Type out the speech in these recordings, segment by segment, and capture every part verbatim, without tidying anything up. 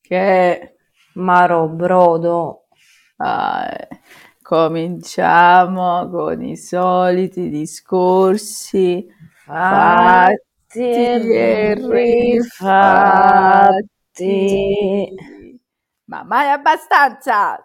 Che Maro Brodo. ah, cominciamo con i soliti discorsi Fatti fatti e e rifatti. rifatti. Ma mai abbastanza!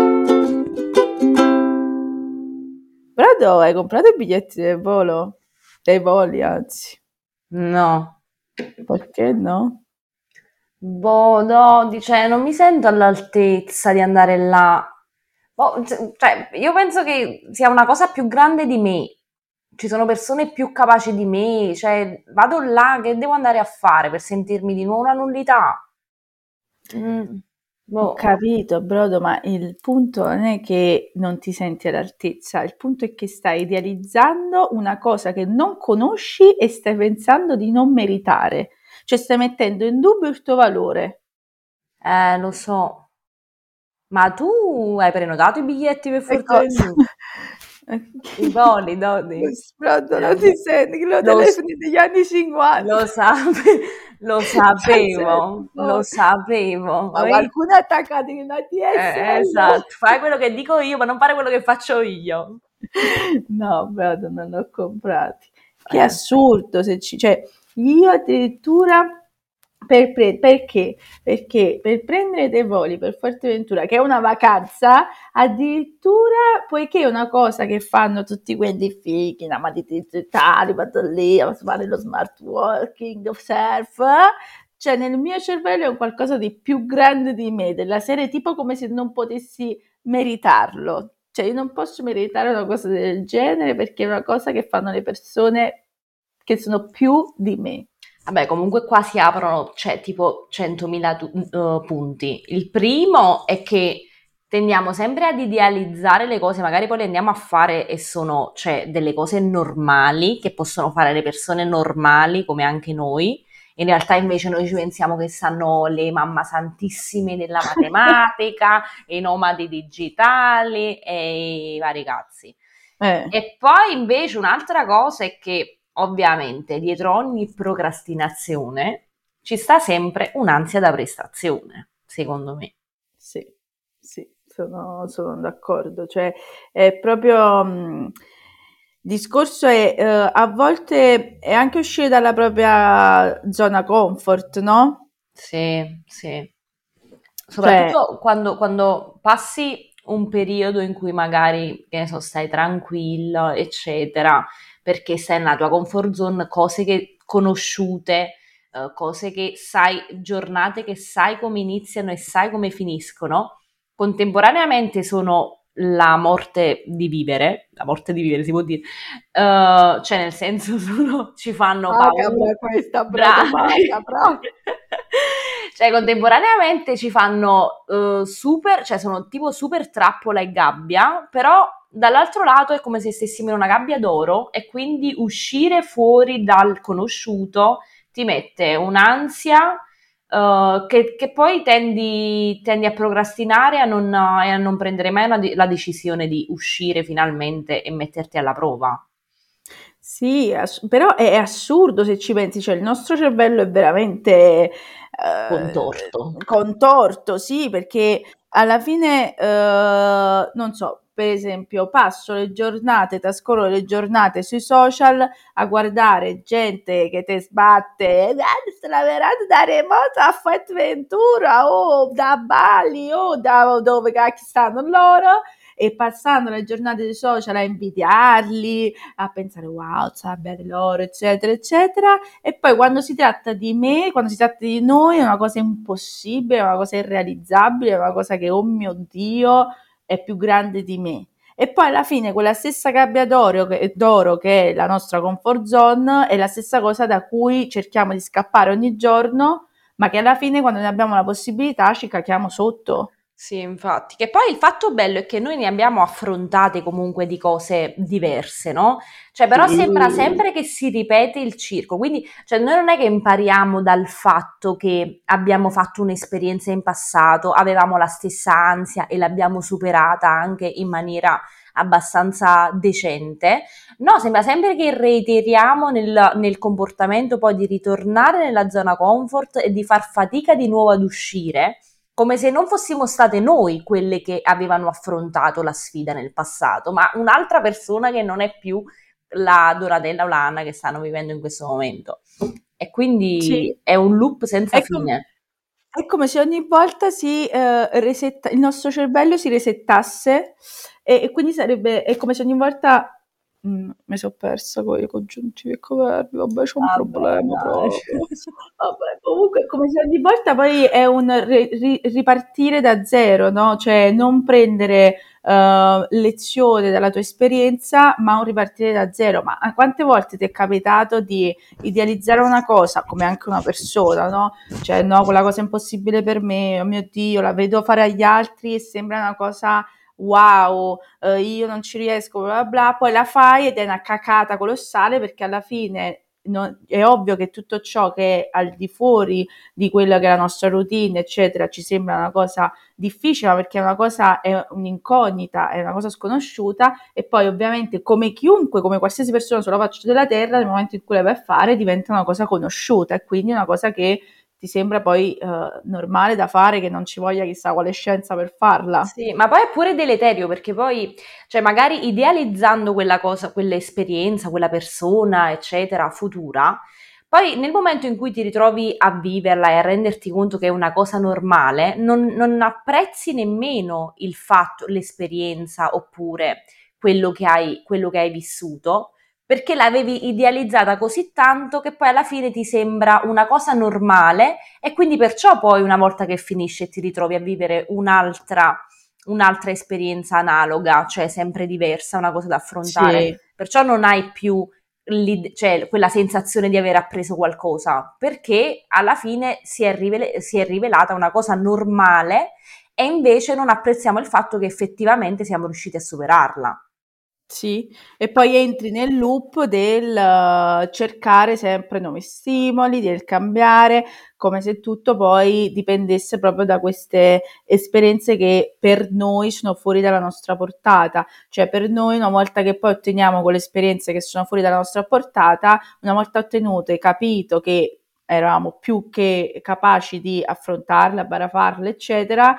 Però hai comprato i biglietti del volo? Dei voli, anzi. No. Perché no? Boh, no, dice, non mi sento all'altezza di andare là. Boh, c- cioè, io penso che sia una cosa più grande di me. Ci sono persone più capaci di me, cioè, vado là, che devo andare a fare per sentirmi di nuovo una nullità? Mm, Ho boh. capito, Brodo, ma il punto non è che non ti senti all'altezza, il punto è che stai idealizzando una cosa che non conosci e stai pensando di non meritare, cioè stai mettendo in dubbio il tuo valore. Eh, lo so. Ma tu hai prenotato i biglietti per E cosa? Forteventura? I voli, Lo Dodi? sfratto, non Eh, ti senti, che lo lo, s- telefoni degli anni cinquanta. lo sape- lo Calzette, sapevo, lo poi. sapevo. Ma Oi? qualcuno è attaccato in una Eh, D S L? esatto, fai quello che dico io, ma non fare quello che faccio io. No, Brodo, non l'ho comprati. Che Eh, assurdo, se ci, cioè, io addirittura per pre- perché? Perché per prendere dei voli per Fuerteventura, che è una vacanza, addirittura, poiché è una cosa che fanno tutti quelli fighi, la matita digitali, vado lì a fare lo smart working, surf, cioè nel mio cervello è un qualcosa di più grande di me, della serie tipo come se non potessi meritarlo. Cioè io non posso meritare una cosa del genere perché è una cosa che fanno le persone che sono più di me. Vabbè, comunque qua si aprono, cioè, tipo centomila tu- eh, punti. Il primo è che tendiamo sempre ad idealizzare le cose, magari poi le andiamo a fare e sono, cioè, delle cose normali che possono fare le persone normali come anche noi. In realtà invece noi ci pensiamo che sanno le mamma santissime della matematica, i nomadi digitali e i vari cazzi. Eh, E poi invece un'altra cosa è che ovviamente dietro ogni procrastinazione ci sta sempre un'ansia da prestazione, secondo me. sì, sì, sono, sono d'accordo. Cioè è proprio... mh, il discorso è eh, a volte è anche uscire dalla propria zona comfort, no? Sì, sì. Cioè, Soprattutto quando, quando passi un periodo in cui magari, che ne so, stai tranquillo, eccetera, perché stai nella tua comfort zone, cose che conosciute, eh, cose che sai, giornate che sai come iniziano e sai come finiscono, contemporaneamente sono la morte di vivere, la morte di vivere si può dire, eh, cioè nel senso sono, ci fanno paura. macabra questa, brodo, Bravi. macabra. Cioè, contemporaneamente ci fanno eh, super, cioè sono tipo super trappola e gabbia, però dall'altro lato è come se stessimo in una gabbia d'oro e quindi uscire fuori dal conosciuto ti mette un'ansia eh, che, che poi tendi, tendi a procrastinare a non- e a non prendere mai una de- la decisione di uscire finalmente e metterti alla prova. Sì, ass- però è, è assurdo se ci pensi, cioè il nostro cervello è veramente Contorto. eh, contorto, sì, perché alla fine, eh, non so, per esempio, passo le giornate, trascorro le giornate sui social a guardare gente che ti sbatte, "Eh, sto lavorando da remoto a Fuerteventura, o da Bali, o da dove cacchio stanno loro, e passando le giornate sui social a invidiarli, a pensare wow, sa bene loro, eccetera, eccetera. E poi quando si tratta di me, quando si tratta di noi, è una cosa impossibile, è una cosa irrealizzabile, è una cosa che, oh mio Dio, è più grande di me. E poi alla fine quella stessa gabbia d'oro che, d'oro che è la nostra comfort zone è la stessa cosa da cui cerchiamo di scappare ogni giorno, ma che alla fine quando ne abbiamo la possibilità ci cacchiamo sotto. Sì, infatti, che poi il fatto bello è che noi ne abbiamo affrontate comunque di cose diverse, no? Cioè, però sembra Sì. sempre che si ripete il circo, quindi cioè, noi non è che impariamo dal fatto che abbiamo fatto un'esperienza in passato, avevamo la stessa ansia e l'abbiamo superata anche in maniera abbastanza decente, no, sembra sempre che reiteriamo nel, nel comportamento poi di ritornare nella zona comfort e di far fatica di nuovo ad uscire come se non fossimo state noi quelle che avevano affrontato la sfida nel passato, ma un'altra persona che non è più la Donatella o la Anna che stanno vivendo in questo momento. E Sì, quindi è un loop senza è com fine. è come se ogni volta si, ehm, resetta il nostro cervello si resettasse e e quindi sarebbe è come se ogni volta mhmm, mi so' persa con i congiuntivi e coi verbi, vabbè c'ho un Vabbè, problema dai. proprio. Vabbè, comunque è come se ogni volta poi è un ri ri ripartire da zero, no, cioè non prendere, uhm, lezione dalla tua esperienza, ma un ripartire da zero. Ma a quante volte ti è capitato di idealizzare una cosa, come anche una persona, no, cioè no, quella cosa è impossibile per me, oh mio Dio, la vedo fare agli altri e sembra una cosa wow, eh, io non ci riesco, bla bla bla, poi la fai ed è una cacata colossale perché alla fine non- è ovvio che tutto ciò che è al di fuori di quella che è la nostra routine, eccetera, ci sembra una cosa difficile, ma perché è una cosa, è un'incognita, è una cosa sconosciuta e poi ovviamente come chiunque, come qualsiasi persona sulla faccia della terra, nel momento in cui la vai a fare diventa una cosa conosciuta e quindi una cosa che ti sembra poi eh, normale da fare, che non ci voglia chissà quale scienza per farla. Sì, ma poi è pure deleterio perché poi, cioè magari idealizzando quella cosa, quell'esperienza, quella persona, eccetera, futura, poi nel momento in cui ti ritrovi a viverla e a renderti conto che è una cosa normale, non, non apprezzi nemmeno il fatto, l'esperienza oppure quello che hai, quello che hai vissuto, perché l'avevi idealizzata così tanto che poi alla fine ti sembra una cosa normale e quindi perciò poi una volta che finisce ti ritrovi a vivere un'altra un'altra esperienza analoga, cioè sempre diversa, una cosa da affrontare. Sì. Perciò non hai più l'id- cioè, quella sensazione di aver appreso qualcosa, perché alla fine si è, rivele- si è rivelata una cosa normale e invece non apprezziamo il fatto che effettivamente siamo riusciti a superarla. Sì, e poi entri nel loop del eh, cercare sempre nuovi stimoli, del cambiare, come se tutto poi dipendesse proprio da queste esperienze che per noi sono fuori dalla nostra portata. Cioè per noi una volta che poi otteniamo quelle esperienze che sono fuori dalla nostra portata, una volta ottenute, capito che eravamo più che capaci di affrontarle, barafarle, eccetera,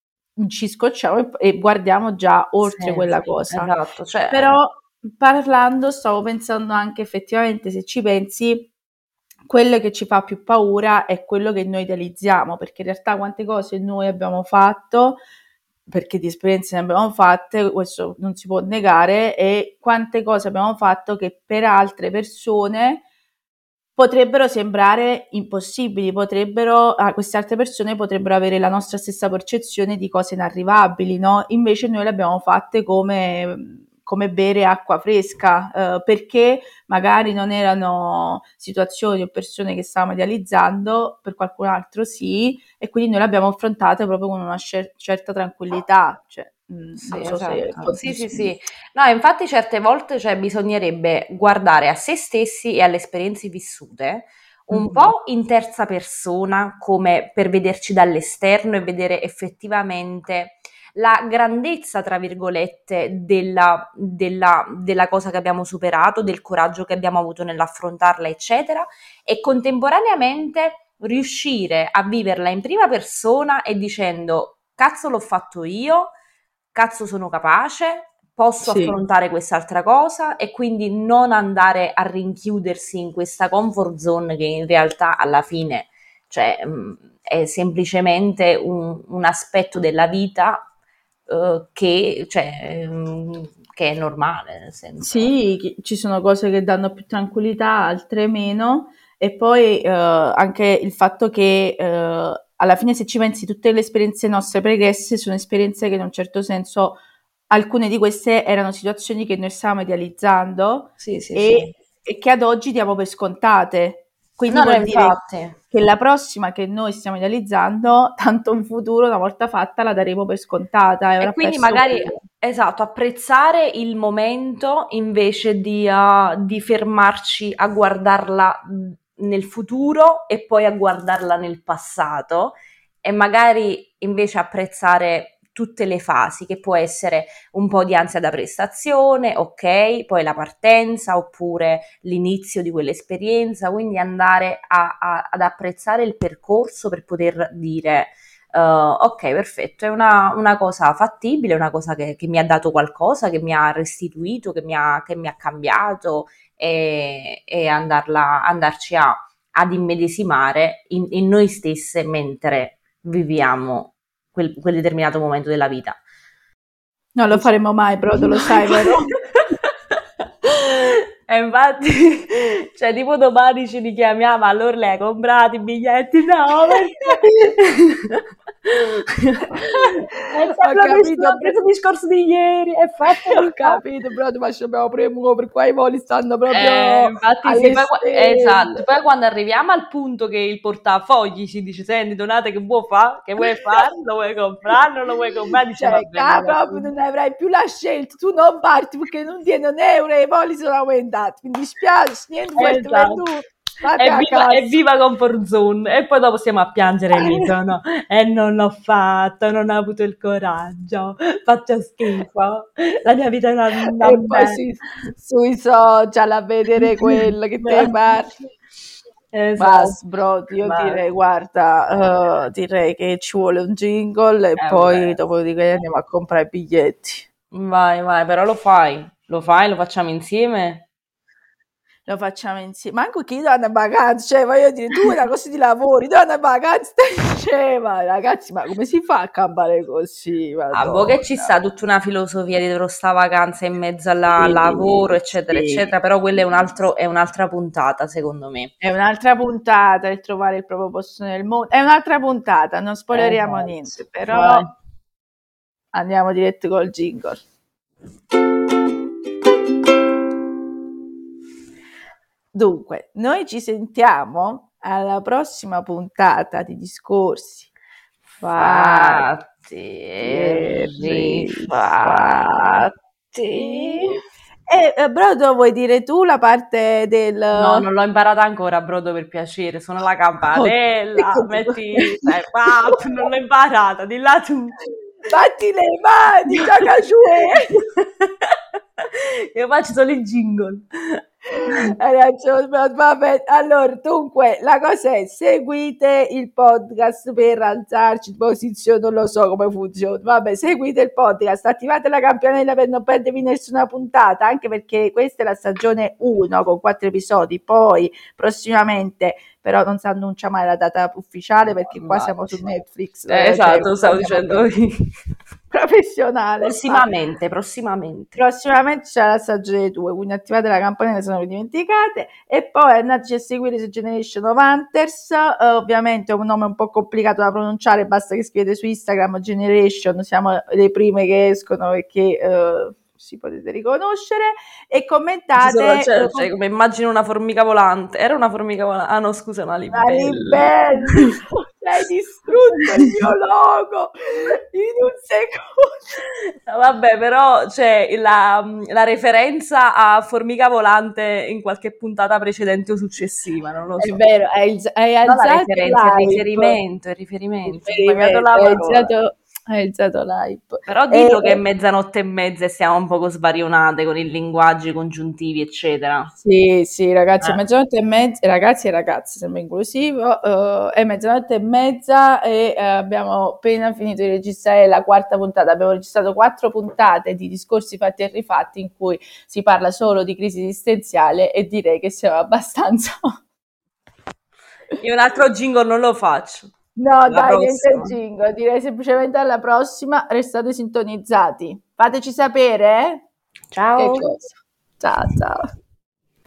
ci scocciamo e, e guardiamo già oltre Sì, quella cosa. esatto, cioè Però parlando stavo pensando anche effettivamente se ci pensi, quello che ci fa più paura è quello che noi idealizziamo, perché in realtà quante cose noi abbiamo fatto, perché di esperienze ne abbiamo fatte, questo non si può negare, e quante cose abbiamo fatto che per altre persone potrebbero sembrare impossibili, potrebbero, a queste altre persone potrebbero avere la nostra stessa percezione di cose inarrivabili, no? Invece noi le abbiamo fatte come, come bere acqua fresca, eh, perché magari non erano situazioni o persone che stavamo idealizzando, per qualcun altro sì, e quindi noi le abbiamo affrontate proprio con una cer- certa tranquillità, cioè, mh, sì, non so se... esatto. Sì, sì, sì. No, infatti certe volte, cioè, bisognerebbe guardare a se stessi e alle esperienze vissute un Mhm. po' in terza persona, come per vederci dall'esterno e vedere effettivamente la grandezza, tra virgolette, della, della, della cosa che abbiamo superato, del coraggio che abbiamo avuto nell'affrontarla, eccetera, e contemporaneamente riuscire a viverla in prima persona e dicendo, cazzo l'ho fatto io, cazzo sono capace, posso Sì. affrontare quest'altra cosa e quindi non andare a rinchiudersi in questa comfort zone che in realtà alla fine, cioè, mh, è semplicemente un, un aspetto della vita eh, che, cioè, mh, che è normale, nel senso. Sì, chi- ci sono cose che danno più tranquillità, altre meno, e poi eh, anche il fatto che eh, alla fine se ci pensi tutte le esperienze nostre pregresse sono esperienze che in un certo senso alcune di queste erano situazioni che noi stavamo idealizzando Sì, sì, sì. e, e che ad oggi diamo per scontate. Quindi No, no, vuol dire infatti. che la prossima che noi stiamo idealizzando, tanto in futuro, una volta fatta, la daremo per scontata e E avrà quindi perso magari, quello. esatto, apprezzare il momento invece di, uh, di fermarci a guardarla mh, nel futuro e poi a guardarla nel passato e magari invece apprezzare tutte le fasi, che può essere un po' di ansia da prestazione, ok, poi la partenza oppure l'inizio di quell'esperienza, quindi andare a- a- ad apprezzare il percorso per poter dire uh, ok, perfetto, è una, una cosa fattibile, una cosa che, che mi ha dato qualcosa, che mi ha restituito, che mi ha, che mi ha cambiato e, e andarla, andarci a, ad immedesimare in, in noi stesse mentre viviamo quel, quel determinato momento della vita. Non lo faremo mai, Brodo, lo sai, vero? E infatti, cioè, tipo domani ci richiamiamo, allora lei ha comprato i biglietti? No, è sempre lo stesso discorso di ieri, è fatto Ho capito, Brodo, ma ci abbiamo premuto per qua i voli stanno proprio eh, infatti alle sì, poi, qua- stelle. esatto, poi quando arriviamo al punto che il portafogli ci dice, senti Donate, che vuoi fare? Che vuoi fare? Lo vuoi comprare? Non lo vuoi comprare? Dice, Cioè, va bene, qua va proprio bene. non avrai più la scelta, tu non parti perché non tieni un euro e i voli sono aumentati, mi dispiace, niente Esatto. Fuerteventura, state a Evviva, casa. evviva Comfort Zone! E poi dopo stiamo a piangere e dicono e non l'ho fatto, non ho avuto il coraggio, faccio schifo, la mia vita non andà E poi bene. sui, sui social a vedere quello che te parli. Esatto. Basta, bro, io Basta. direi, guarda, uh, direi che ci vuole un jingle e Eh, poi vabbè. dopodiché andiamo a comprare i biglietti. Vai, vai, però lo fai, lo fai, lo facciamo insieme? Lo facciamo insieme, ma anche perché io devo andare in vacanza, cioè voglio dire, tu una cosa di lavoro, io devo andare in vacanza, cioè, ma ragazzi, ma come si fa a campare così? A voi che ci Madonna. sta tutta una filosofia dietro sta vacanza in mezzo al Sì, lavoro, eccetera, sì, eccetera, però quella è, un sì, altro, sì. è un'altra puntata, secondo me. È un'altra puntata il trovare il proprio posto nel mondo, è un'altra puntata, non spoileriamo Esatto. niente, però Vai. andiamo diretto col jingle. Dunque, noi ci sentiamo alla prossima puntata di Discorsi Fatti e e rifatti. rifatti. E eh, Brodo, vuoi dire tu la parte del... No, non l'ho imparata ancora, Brodo, per piacere. Suona la Oh, e campanella, che dico? metti step up, non l'ho imparata, dilla tu. Batti le mani, gioca giù! Io faccio solo il jingle. Ragazzi, vabbè, allora, dunque, la cosa è, seguite il podcast per alzarci in posizione, non lo so come funziona, vabbè, seguite il podcast, attivate la campanella per non perdervi nessuna puntata, anche perché questa è la stagione uno con quattro episodi, poi prossimamente, però non si annuncia mai la data ufficiale perché qua Vai. siamo su Netflix, Eh, eh, cioè, esatto, stavo dicendo io. professionale. Prossimamente, prossimamente. Prossimamente c'è la stagione due, quindi attivate la campanella se non vi dimenticate e poi andateci a seguire su Generation of Hunters, uh, ovviamente è un nome un po' complicato da pronunciare, basta che scrivete su Instagram Generation, siamo le prime che escono e che uh, si potete riconoscere e commentate. Sono, cioè, uh, cioè, come immagino una formica volante. Era una formica volante. Ah no, scusa, una libella. Una libella, hai distrutto il mio logo in un secondo. No, vabbè, però c'è cioè, la, la referenza a formica volante in qualche puntata precedente o successiva, non lo so. È vero, hai, hai No, la alzato referenza, il l'hype. riferimento, il riferimento, ho Riferimento, sbagliato la hai parola. alzato, hai alzato l'hype. Però dillo E- che è mezzanotte e mezza e siamo un poco svarionate con i linguaggi congiuntivi, eccetera. Sì, sì, ragazzi, è Eh. mezzanotte e mezza, ragazzi e ragazze, sembra inclusivo, eh, è mezzanotte e mezza e eh, abbiamo appena finito di registrare la quarta puntata, abbiamo registrato quattro puntate di discorsi fatti e rifatti in cui si parla solo di crisi esistenziale e direi che siamo abbastanza... Io un altro jingle non lo faccio. No, La dai, niente prossima. jingle, direi semplicemente alla prossima, restate sintonizzati. Fateci sapere, eh? Ciao. Che cosa. Ciao, ciao.